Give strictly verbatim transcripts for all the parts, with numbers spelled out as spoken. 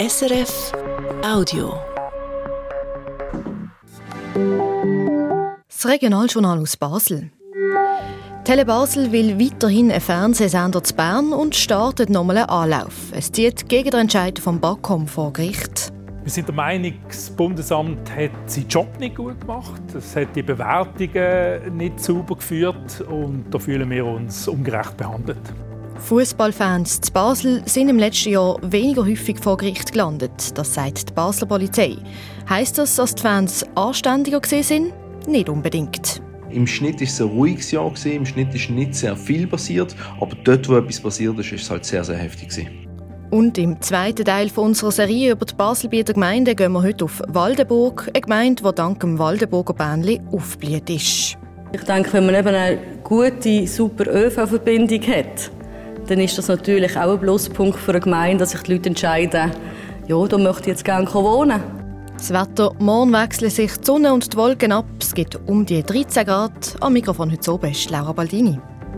S R F Audio. Das Regionaljournal aus Basel. Tele Basel will weiterhin einen Fernsehsender zu Bern und startet nochmal einen Anlauf. Es zieht gegen den Entscheid vom BAKOM vor Gericht. Wir sind der Meinung, das Bundesamt hat seinen Job nicht gut gemacht. Es hat die Bewertungen nicht sauber geführt und da fühlen wir uns ungerecht behandelt. Fußballfans zu Basel sind im letzten Jahr weniger häufig vor Gericht gelandet. Das sagt die Basler Polizei. Heisst das, dass die Fans anständiger gewesen sind? Nicht unbedingt. Im Schnitt war es ein ruhiges Jahr, im Schnitt ist nicht sehr viel passiert, aber dort, wo etwas passiert ist, war es halt sehr, sehr heftig. Und im zweiten Teil von unserer Serie über die Baselbieter Gemeinde gehen wir heute auf Waldenburg, eine Gemeinde, die dank dem Waldenburger Bähnli aufgeblüht ist. Ich denke, wenn man eben eine gute, super ÖV-Verbindung hat, dann ist das natürlich auch ein Pluspunkt für eine Gemeinde, dass sich die Leute entscheiden, ja, da möchte ich jetzt gerne wohnen. Das Wetter, morgen wechseln sich die Sonne und die Wolken ab. Es gibt um die dreizehn Grad. Am Mikrofon heute oben ist Laura Baldini.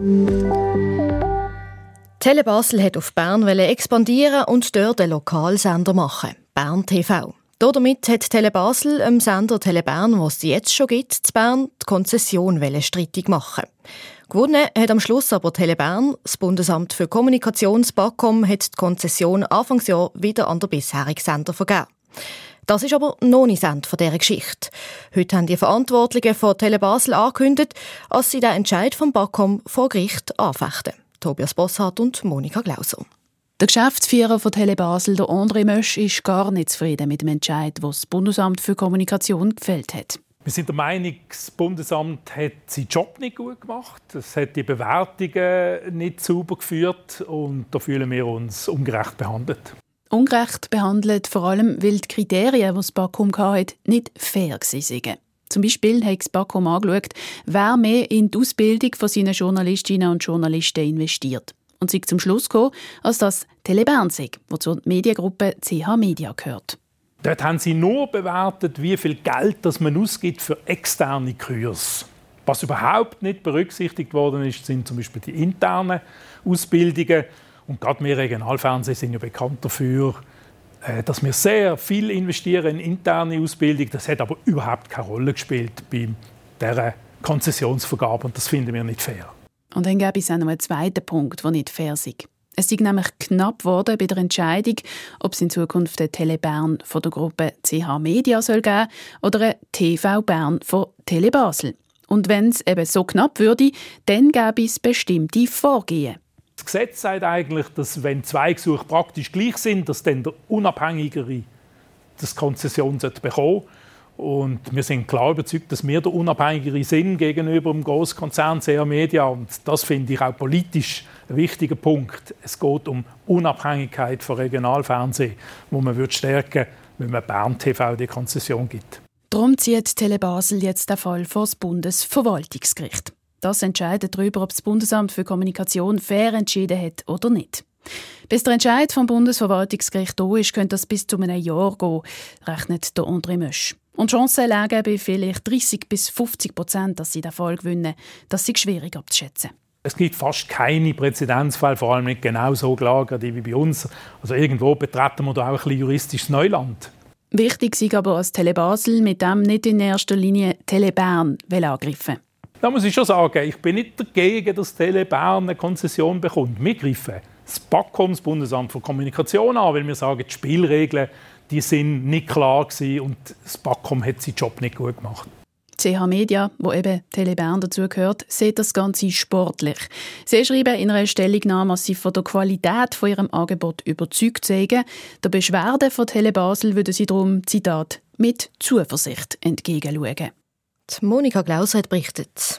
Tele Basel hat auf Bern expandieren und dort einen Lokalsender machen. Bern T V. Damit hat Tele Basel dem Sender Tele Bern, was es jetzt schon gibt, zu Bern, die Konzession streitig machen. Gewonnen hat am Schluss aber Tele Bern. Das Bundesamt für Kommunikation, das BAKOM, hat die Konzession Anfangsjahr wieder an den bisherigen Sender vergeben. Das ist aber noch nicht das Ende dieser Geschichte. Heute haben die Verantwortlichen von Tele Basel angekündigt, dass sie den Entscheid vom BAKOM vor Gericht anfechten. Tobias Bosshardt und Monika Glauser. Der Geschäftsführer von Tele Basel, der André Mösch, ist gar nicht zufrieden mit dem Entscheid, den das Bundesamt für Kommunikation gefällt hat. Wir sind der Meinung, das Bundesamt hat seinen Job nicht gut gemacht. Es hat die Bewertungen nicht sauber geführt und da fühlen wir uns ungerecht behandelt. Ungerecht behandelt, vor allem, weil die Kriterien, die das BAKOM hatte, nicht fair waren. Zum Beispiel hat das BAKOM angeschaut, wer mehr in die Ausbildung von seinen Journalistinnen und Journalisten investiert. Und sind zum Schluss gekommen, als das Tele Bern sei, das zur Mediengruppe C H Media gehört. Dort haben sie nur bewertet, wie viel Geld das man ausgibt für externe Kurse. Was überhaupt nicht berücksichtigt worden ist, sind zum Beispiel die internen Ausbildungen. Und gerade wir Regionalfernsehen sind ja bekannt dafür, dass wir sehr viel investieren in interne Ausbildung. Das hat aber überhaupt keine Rolle gespielt bei dieser Konzessionsvergabe und das finden wir nicht fair. Und dann gäbe es auch noch einen zweiten Punkt, der nicht fair ist. Es ist nämlich knapp geworden bei der Entscheidung, ob es in Zukunft eine Tele Bern von der Gruppe C H Media soll geben oder eine T V Bern von Tele Basel. Und wenn es eben so knapp würde, dann gäbe es bestimmte Vorgehen. Das Gesetz sagt eigentlich, dass wenn zwei Gesuche praktisch gleich sind, dass dann der Unabhängigere das Konzession bekommen sollte. Und wir sind klar überzeugt, dass wir der Unabhängigere sind gegenüber dem Grosskonzern C H Media. Und das finde ich auch politisch ein wichtiger Punkt. Es geht um Unabhängigkeit von Regionalfernsehen, wo man stärken würde, wenn man Bern T V die Konzession gibt. Darum zieht Tele Basel jetzt den Fall vor das Bundesverwaltungsgericht. Das entscheidet darüber, ob das Bundesamt für Kommunikation fair entschieden hat oder nicht. Bis der Entscheid vom Bundesverwaltungsgericht da ist, könnte das bis zu einem Jahr gehen, rechnet der André Mösch. Und die Chancen liegen bei vielleicht dreißig bis fünfzig Prozent, dass sie den Fall gewinnen. Das ist schwierig abzuschätzen. Es gibt fast keine Präzedenzfälle, vor allem nicht genau so gelagert wie bei uns. Also irgendwo betreten wir da auch ein bisschen juristisches Neuland. Wichtig ist aber, dass Tele Basel mit dem nicht in erster Linie Tele Bern angreifen will. Da muss ich schon sagen, ich bin nicht dagegen, dass Tele Bern eine Konzession bekommt. Wir greifen das BAKOM, das Bundesamt für Kommunikation, an, weil wir sagen, die Spielregeln die sind nicht klar gewesen und das BAKOM hat seinen Job nicht gut gemacht. C H Media, wo eben Tele Bern dazugehört, sieht das Ganze sportlich. Sie schreiben in einer Stellungnahme, dass sie von der Qualität von ihrem Angebot überzeugt sind. Der Beschwerde von Tele Basel würden sie darum, Zitat, mit Zuversicht entgegenschauen. Die Monika Glauser hat berichtet.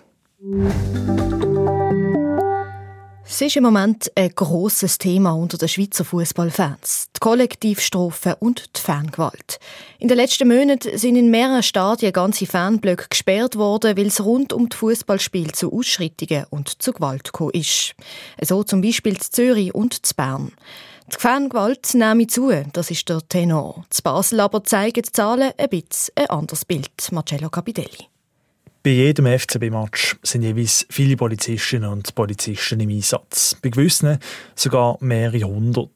Es ist im Moment ein grosses Thema unter den Schweizer Fußballfans: die Kollektivstrafen und die Fangewalt. In den letzten Monaten sind in mehreren Stadien ganze Fanblöcke gesperrt worden, weil es rund um die Fußballspiele zu Ausschreitungen und zu Gewalt gekommen ist. So zum Beispiel in Zürich und in Bern. Die Fangewalt nehme zu, das ist der Tenor. In Basel aber zeigen die Zahlen ein bisschen ein anderes Bild. Marcello Capitelli. Bei jedem F C B-Match sind jeweils viele Polizistinnen und Polizisten im Einsatz. Bei gewissen sogar mehrere hundert.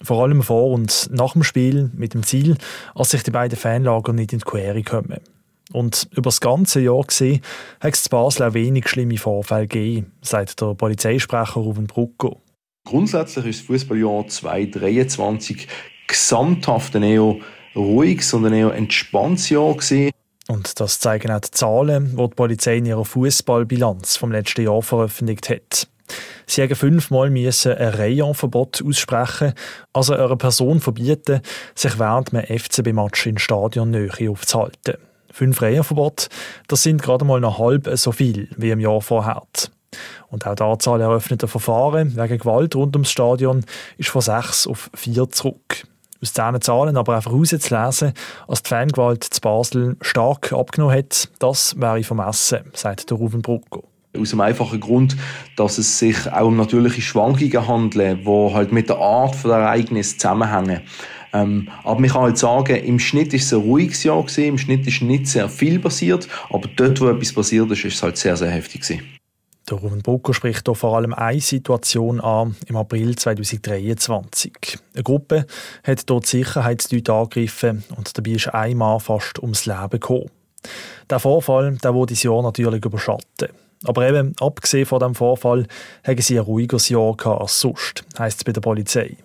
Vor allem vor und nach dem Spiel mit dem Ziel, dass sich die beiden Fanlager nicht in die Quere kommen. Und über das ganze Jahr gesehen hat es in Basel auch wenig schlimme Vorfälle gegeben, sagt der Polizeisprecher Ruven Brucko. Grundsätzlich ist das Fußballjahr zweitausenddreiundzwanzig gesamthaft ein eher ruhiges und ein eher entspanntes Jahr gewesen. Und das zeigen auch die Zahlen, die die Polizei in ihrer Fußballbilanz vom letzten Jahr veröffentlicht hat. Sie haben fünfmal ein Rayonverbot aussprechen, also einer Person verbieten, sich während einem F C B-Match in Stadionnähe aufzuhalten. Fünf Rayonverbote, das sind gerade mal noch halb so viel wie im Jahr vorher. Und auch die Anzahl eröffneter Verfahren wegen Gewalt rund ums Stadion ist von sechs auf vier zurück. Aus diesen Zahlen aber einfach herauszulesen, dass die Fangewalt zu Basel stark abgenommen hat, das wäre vermessen, sagt der Ruven Brucko. Aus dem einfachen Grund, dass es sich auch um natürliche Schwankungen handelt, die halt mit der Art des Ereignisses zusammenhängen. Ähm, aber man kann halt sagen, im Schnitt ist es ein ruhiges Jahr gewesen, im Schnitt ist nicht sehr viel passiert, aber dort, wo etwas passiert ist, ist es halt sehr, sehr heftig gewesen. Der Ruven Brucko spricht hier vor allem eine Situation an im April zweitausenddreiundzwanzig. Eine Gruppe hat dort die Sicherheitsleute angegriffen und dabei ist ein Mann fast ums Leben gekommen. Der Vorfall, der wurde dieses Jahr natürlich überschatten. Aber eben, abgesehen von diesem Vorfall, hatten sie ein ruhigeres Jahr als sonst, heisst es bei der Polizei.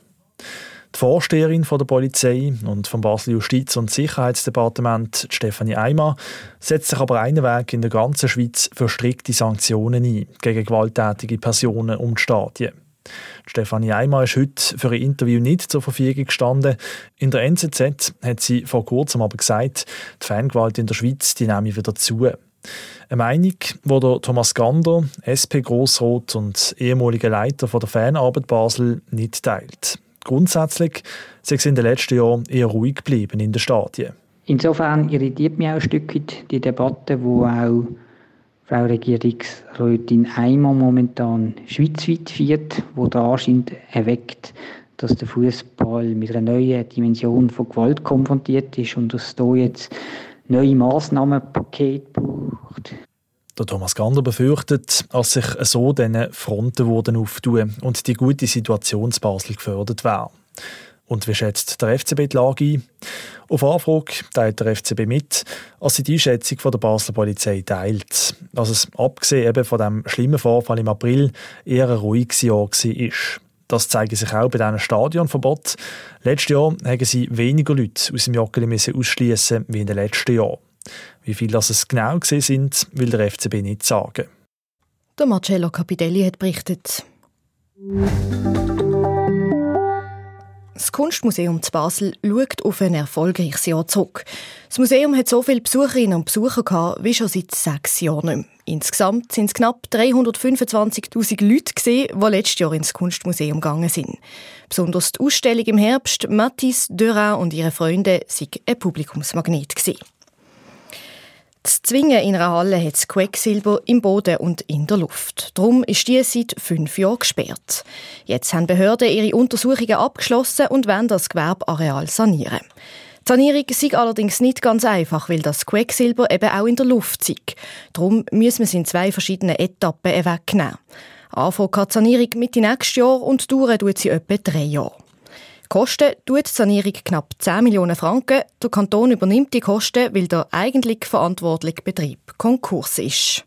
Die Vorsteherin von der Polizei und vom Basel Justiz- und Sicherheitsdepartement, Stefanie Eimer, setzt sich aber einen Weg in der ganzen Schweiz für strikte Sanktionen ein gegen gewalttätige Personen um die Stadien. Stefanie Eimer ist heute für ein Interview nicht zur Verfügung gestanden. In der N Z Z hat sie vor kurzem aber gesagt, die Fangewalt in der Schweiz die nehme wieder zu. Eine Meinung, die der Thomas Gander, S P-Grossrat und ehemaliger Leiter der Fanarbeit Basel, nicht teilt. Grundsätzlich sind sie in den letzten Jahren eher ruhig geblieben in den Stadien. Insofern irritiert mich auch ein Stück weit die Debatte, die auch Frau Regierungsrätin Eimer momentan schweizweit führt, wo der Anschein erweckt, dass der Fußball mit einer neuen Dimension von Gewalt konfrontiert ist und dass es hier jetzt neue Massnahmenpakete braucht. Der Thomas Gander befürchtet, dass sich so diese Fronten wurden auftun und die gute Situation in Basel gefördert wäre. Und wie schätzt der F C B die Lage ein? Auf Anfrage teilt der F C B mit, dass sie die Einschätzung von der Basler Polizei teilt. Dass es, abgesehen eben von dem schlimmen Vorfall im April, eher ein ruhiges Jahr war. Das zeigt sich auch bei diesen Stadionverboten. Letztes Jahr haben sie weniger Leute aus dem Joggeli ausschliessen wie in den letzten Jahren. Wie viel das es genau gewesen sind, will der F C B nicht sagen. Der Marcello Capitelli hat berichtet. Das Kunstmuseum zu Basel schaut auf ein erfolgreiches Jahr zurück. Das Museum hat so viele Besucherinnen und Besucher gehabt, wie schon seit sechs Jahren nicht mehr. Insgesamt sind es knapp dreihundertfünfundzwanzigtausend Leute gewesen, die letztes Jahr ins Kunstmuseum gegangen sind. Besonders die Ausstellung im Herbst, Matisse, Deurin und ihre Freunde, waren ein Publikumsmagnet gewesen. Das Zwingen in einer Halle hat das Quecksilber im Boden und in der Luft. Darum ist die seit fünf Jahren gesperrt. Jetzt haben Behörden ihre Untersuchungen abgeschlossen und wollen das Gewerbeareal sanieren. Die Sanierung sei allerdings nicht ganz einfach, weil das Quecksilber eben auch in der Luft sei. Darum müssen wir es in zwei verschiedenen Etappen wegnehmen. Anfangen kann die Sanierung Mitte nächstes Jahr und dauern tut sie etwa drei Jahre. Kosten tut die Sanierung knapp zehn Millionen Franken. Der Kanton übernimmt die Kosten, weil der eigentlich verantwortliche Betrieb Konkurs ist.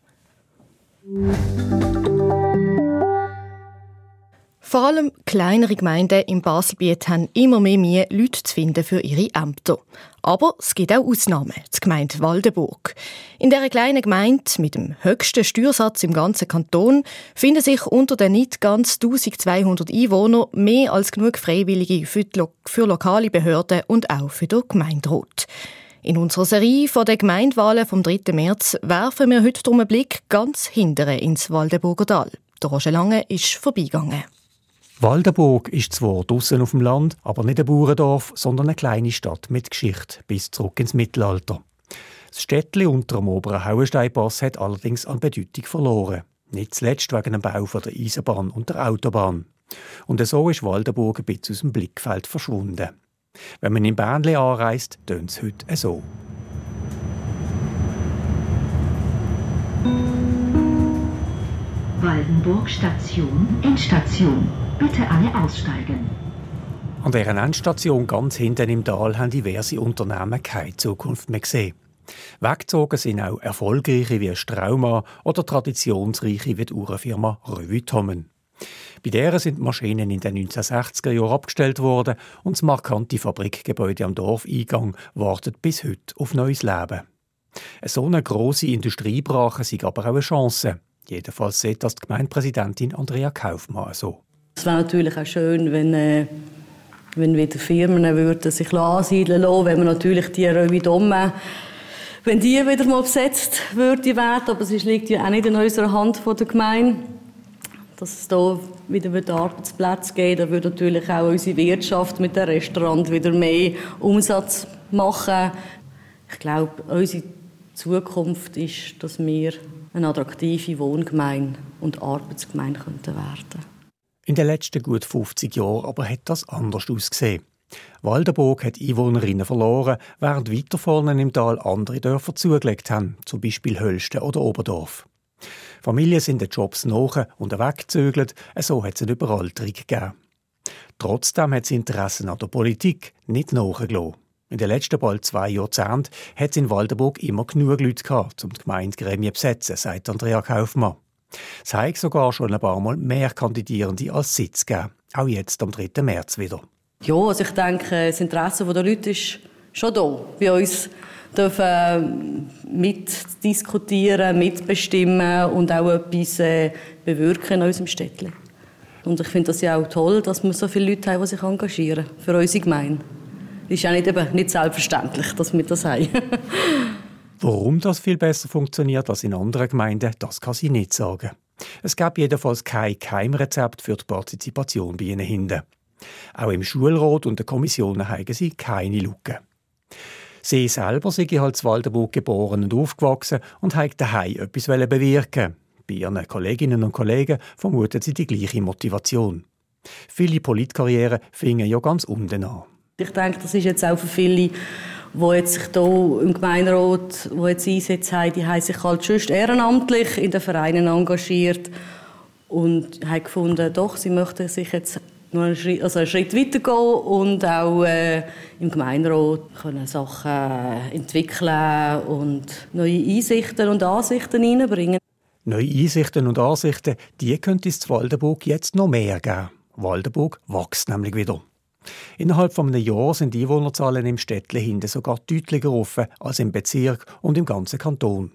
Vor allem kleinere Gemeinden im Baselbiet haben immer mehr Mühe, Leute zu finden für ihre Ämter. Aber es gibt auch Ausnahmen, die Gemeinde Waldenburg. In dieser kleinen Gemeinde mit dem höchsten Steuersatz im ganzen Kanton finden sich unter den nicht ganz eintausendzweihundert Einwohnern mehr als genug Freiwillige für, die Lo- für lokale Behörden und auch für den Gemeinderat. In unserer Serie von den Gemeindewahlen vom dritten März werfen wir heute drum einen Blick ganz hintere ins Waldenburger Tal. Der Roger Lange ist vorbeigegangen. Waldenburg ist zwar draussen auf dem Land, aber nicht ein Bauerndorf, sondern eine kleine Stadt mit Geschichte bis zurück ins Mittelalter. Das Städtli unter dem oberen Hauensteinpass hat allerdings an Bedeutung verloren. Nicht zuletzt wegen dem Bau der Eisenbahn und der Autobahn. Und so ist Waldenburg ein bisschen aus dem Blickfeld verschwunden. Wenn man in Bernli anreist, tönt es heute so. Waldenburg Station, Endstation. Bitte alle aussteigen. An dieser Endstation ganz hinten im Tal haben diverse Unternehmen keine Zukunft mehr gesehen. Weggezogen sind auch erfolgreiche wie Straumann oder traditionsreiche wie die Uhrenfirma Revue-Thomen. Bei deren sind Maschinen in den neunzehnhundertsechziger Jahren abgestellt worden und das markante Fabrikgebäude am Dorfeingang wartet bis heute auf neues Leben. So eine grosse Industriebrache ist aber auch eine Chance. Jedenfalls sieht das die Gemeindepräsidentin Andrea Kaufmann so. Es wäre natürlich auch schön, wenn, äh, wenn wieder Firmen würden sich ansiedeln lassen, wenn man natürlich die Revue-Thomen, wenn die wieder mal besetzt würde werden, aber es liegt ja auch nicht in unserer Hand von der Gemeinde, dass es da wieder Arbeitsplätze gibt. Da würde natürlich auch unsere Wirtschaft mit dem Restaurant wieder mehr Umsatz machen. Ich glaube, unsere Zukunft ist, dass wir eine attraktive Wohngemeinde und Arbeitsgemeinde werden könnten. In den letzten gut fünfzig Jahren aber hat das anders ausgesehen. Waldenburg hat Einwohnerinnen verloren, während weiter vorne im Tal andere Dörfer zugelegt haben, zum Beispiel Hölsten oder Oberdorf. Familien sind den Jobs nach und weggezögert, so hat es eine Überalterung gegeben. Trotzdem hat das Interesse an der Politik nicht nachgelassen. In den letzten bald zwei Jahrzehnten hat es in Waldenburg immer genug Leute gehabt, um die Gemeindegremien zu besetzen, sagt Andrea Kaufmann. Es hat sogar schon ein paar Mal mehr Kandidierende als Sitz gegeben, auch jetzt am dritten März wieder. Ja, also ich denke, das Interesse der Leute ist schon da. Bei uns dürfen mitdiskutieren, mitbestimmen und auch etwas äh, bewirken in unserem Städtchen. Und ich finde das ja auch toll, dass wir so viele Leute haben, die sich engagieren für unsere Gemeinde. Es ist ja nicht, eben, nicht selbstverständlich, dass wir das haben. Warum das viel besser funktioniert als in anderen Gemeinden, das kann sie nicht sagen. Es gab jedenfalls kein Geheimrezept für die Partizipation bei ihnen hinten. Auch im Schulrat und den Kommissionen haben sie keine Lücken. Sie selber sind halt in Waldenburg geboren und aufgewachsen und haben daheim etwas bewirken. Bei ihren Kolleginnen und Kollegen vermuten sie die gleiche Motivation. Viele Politkarrieren fingen ja ganz unten an. Ich denke, das ist jetzt auch für viele, die jetzt sich hier im Gemeinderat, die jetzt Einsätze haben, die haben sich halt sonst ehrenamtlich in den Vereinen engagiert und haben gefunden, doch, sie möchten sich jetzt noch einen Schritt, also einen Schritt weitergehen und auch äh, im Gemeinderat können Sachen entwickeln und neue Einsichten und Ansichten hineinbringen. Neue Einsichten und Ansichten, die könnte es zu Waldenburg jetzt noch mehr geben. Waldenburg wächst nämlich wieder. Innerhalb von einem Jahr sind die Einwohnerzahlen im Städtle hinten sogar deutlicher offen als im Bezirk und im ganzen Kanton.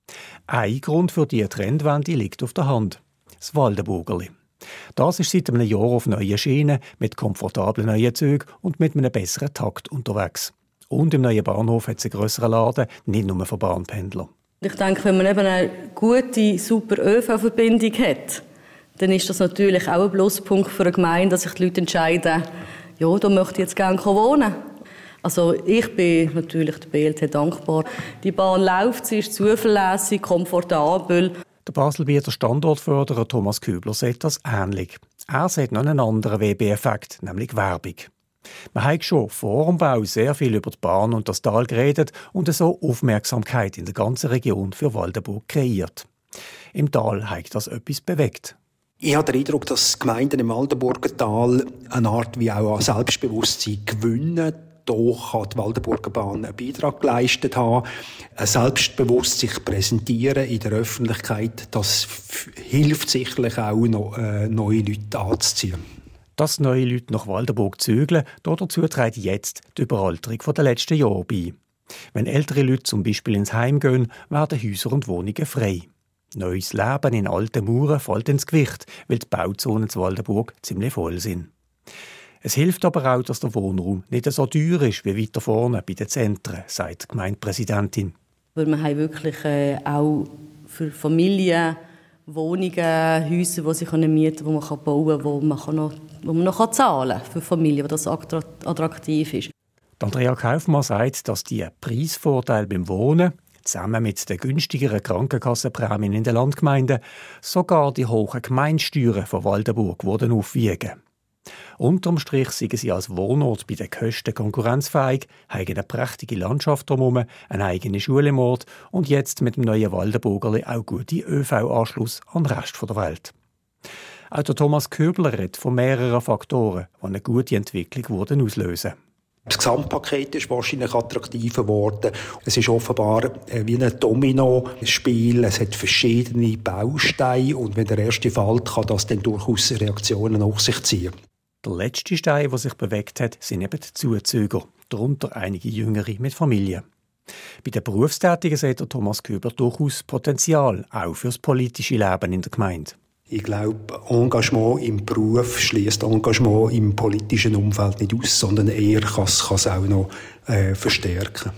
Ein Grund für diese Trendwende liegt auf der Hand: das Waldenburgerli. Das ist seit einem Jahr auf neuen Schienen, mit komfortablen neuen Zügen und mit einem besseren Takt unterwegs. Und im neuen Bahnhof hat es einen grösseren Laden, nicht nur für Bahnpendler. Ich denke, wenn man eben eine gute, super ÖV-Verbindung hat, dann ist das natürlich auch ein Pluspunkt für eine Gemeinde, dass sich die Leute entscheiden, ja, da möchte ich jetzt gerne wohnen. Also ich bin natürlich der B L T dankbar. Die Bahn läuft, sie ist zuverlässig, komfortabel. Der Baselbieter Standortförderer Thomas Kübler sieht das ähnlich. Er sieht noch einen anderen W B-Effekt, nämlich Werbung. Man hat schon vor dem Bau sehr viel über die Bahn und das Tal geredet und so Aufmerksamkeit in der ganzen Region für Waldenburg kreiert. Im Tal hat das etwas bewegt. Ich habe den Eindruck, dass Gemeinden im Waldenburger Tal eine Art wie auch an Selbstbewusstsein gewinnen. Da kann die Waldenburger Bahn einen Beitrag geleistet haben. Selbstbewusst sich präsentieren in der Öffentlichkeit, das hilft sicherlich auch, noch, äh, neue Leute anzuziehen. Dass neue Leute nach Waldenburg zügeln, dazu trägt jetzt die Überalterung der letzten Jahre bei. Wenn ältere Leute zum Beispiel ins Heim gehen, werden Häuser und Wohnungen frei. Neues Leben in alten Mauern fällt ins Gewicht, weil die Bauzonen zu Waldenburg ziemlich voll sind. Es hilft aber auch, dass der Wohnraum nicht so teuer ist wie weiter vorne bei den Zentren, sagt die Gemeindepräsidentin. Weil wir haben wirklich äh, auch für Familien Wohnungen, Häuser, die sie mieten können, die man bauen kann, wo man noch, wo man noch zahlen kann für Familien, wo das attraktiv ist. Andrea Kaufmann sagt, dass die Preisvorteile beim Wohnen zusammen mit den günstigeren Krankenkassenprämien in den Landgemeinden sogar die hohen Gemeindesteuern von Waldenburg wurden aufwiegen. Unterm Strich sind sie als Wohnort bei den Kosten konkurrenzfähig, haben eine prächtige Landschaft drumherum, eine eigene Schule im Ort und jetzt mit dem neuen Waldenburgerli auch gute ÖV-Anschluss an den Rest der Welt. Auch der Thomas Köbler redet von mehreren Faktoren, die eine gute Entwicklung auslösen. Das Gesamtpaket ist wahrscheinlich attraktiver geworden. Es ist offenbar wie ein Domino-Spiel. Es hat verschiedene Bausteine und wenn der erste fällt, kann das dann durchaus Reaktionen nach sich ziehen. Der letzte Stein, der sich bewegt hat, sind eben die Zuzüger, darunter einige Jüngere mit Familie. Bei den Berufstätigen sieht der Thomas Köbler durchaus Potenzial, auch für das politische Leben in der Gemeinde. Ich glaube, Engagement im Beruf schließt Engagement im politischen Umfeld nicht aus, sondern eher kann es auch noch äh, verstärken.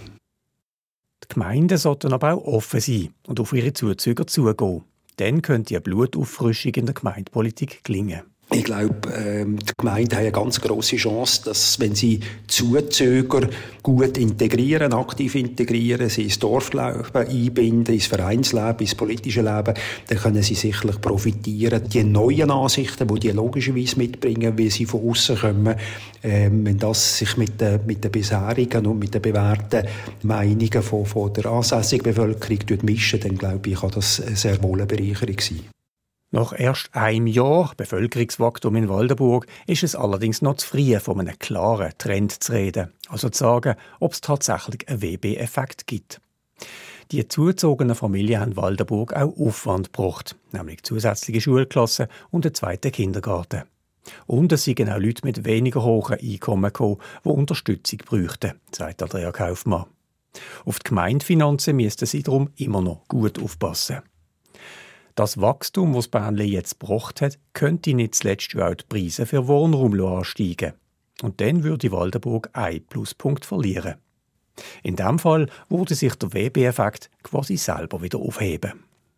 Die Gemeinden sollten aber auch offen sein und auf ihre Zuzüger zugehen. Dann könnte eine Blutauffrischung in der Gemeindepolitik gelingen. Ich glaube, ähm, die Gemeinden haben eine ganz grosse Chance, dass, wenn sie Zuzöger gut integrieren, aktiv integrieren, sie ins Dorfleben einbinden, ins Vereinsleben, ins politische Leben, dann können sie sicherlich profitieren. Die neuen Ansichten, die die logischerweise mitbringen, wie sie von außen kommen, ähm, wenn das sich mit den, mit den bisherigen und mit den bewährten Meinungen von, von der ansässigen Bevölkerung mischen, dann glaube ich, kann das sehr wohl eine Bereicherung sein. Nach erst einem Jahr Bevölkerungswachstum in Waldenburg ist es allerdings noch zu früh, von einem klaren Trend zu reden, also zu sagen, ob es tatsächlich einen W B-Effekt gibt. Die zugezogenen Familien haben Waldenburg auch Aufwand gebracht, nämlich zusätzliche Schulklassen und einen zweiten Kindergarten. Und es sind auch Leute mit weniger hohen Einkommen gekommen, die Unterstützung bräuchten, sagt Andrea Kaufmann. Auf die Gemeindefinanzen müssten sie darum immer noch gut aufpassen. Das Wachstum, das Bernli jetzt gebracht hat, könnte nicht zuletzt auch die Preise für Wohnraum ansteigen. Und dann würde Waldenburg einen Pluspunkt verlieren. In diesem Fall würde sich der W B-Effekt quasi selber wieder aufheben.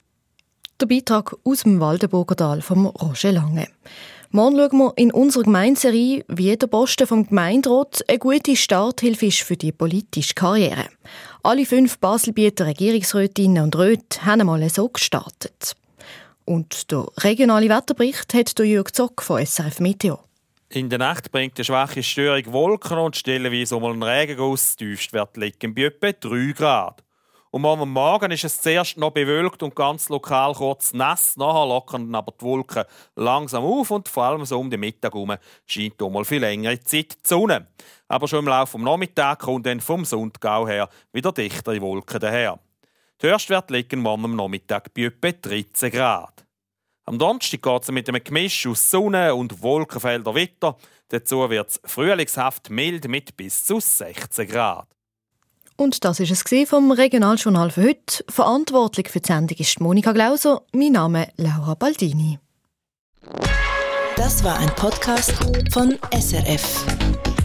Der Beitrag aus dem Waldenburger Tal von Roger Lange. Morgen schauen wir in unserer Gemeindeserie, wie der Posten vom Gemeinderat eine gute Starthilfe ist für die politische Karriere. Alle fünf Baselbieter Regierungsrätinnen und Räte haben einmal so gestartet. Und der regionale Wetterbericht hat der Jürg Zock von S R F Meteo. In der Nacht bringt eine schwache Störung Wolken und stellenweise mal einen Regenguss. Die Tiefstwerte liegen bei etwa drei Grad. Und morgen Morgen ist es zuerst noch bewölkt und ganz lokal kurz nass. Nachher lockern aber die Wolken langsam auf und vor allem so um den Mittag herum scheint auch mal viel längere Zeit die Sonne. Aber schon im Laufe des Nachmittags kommt dann vom Sundgau her wieder dichtere Wolken daher. Die Höchstwerte liegen morgen am Nachmittag bei etwa dreizehn Grad. Am Donnerstag geht es mit einem Gemisch aus Sonne und Wolkenfelder weiter. Dazu wird es frühlingshaft mild mit bis zu sechzehn Grad. Und das war es vom Regionaljournal für heute. Verantwortlich für die Sendung ist Monika Glauser. Mein Name ist Laura Baldini. Das war ein Podcast von S R F.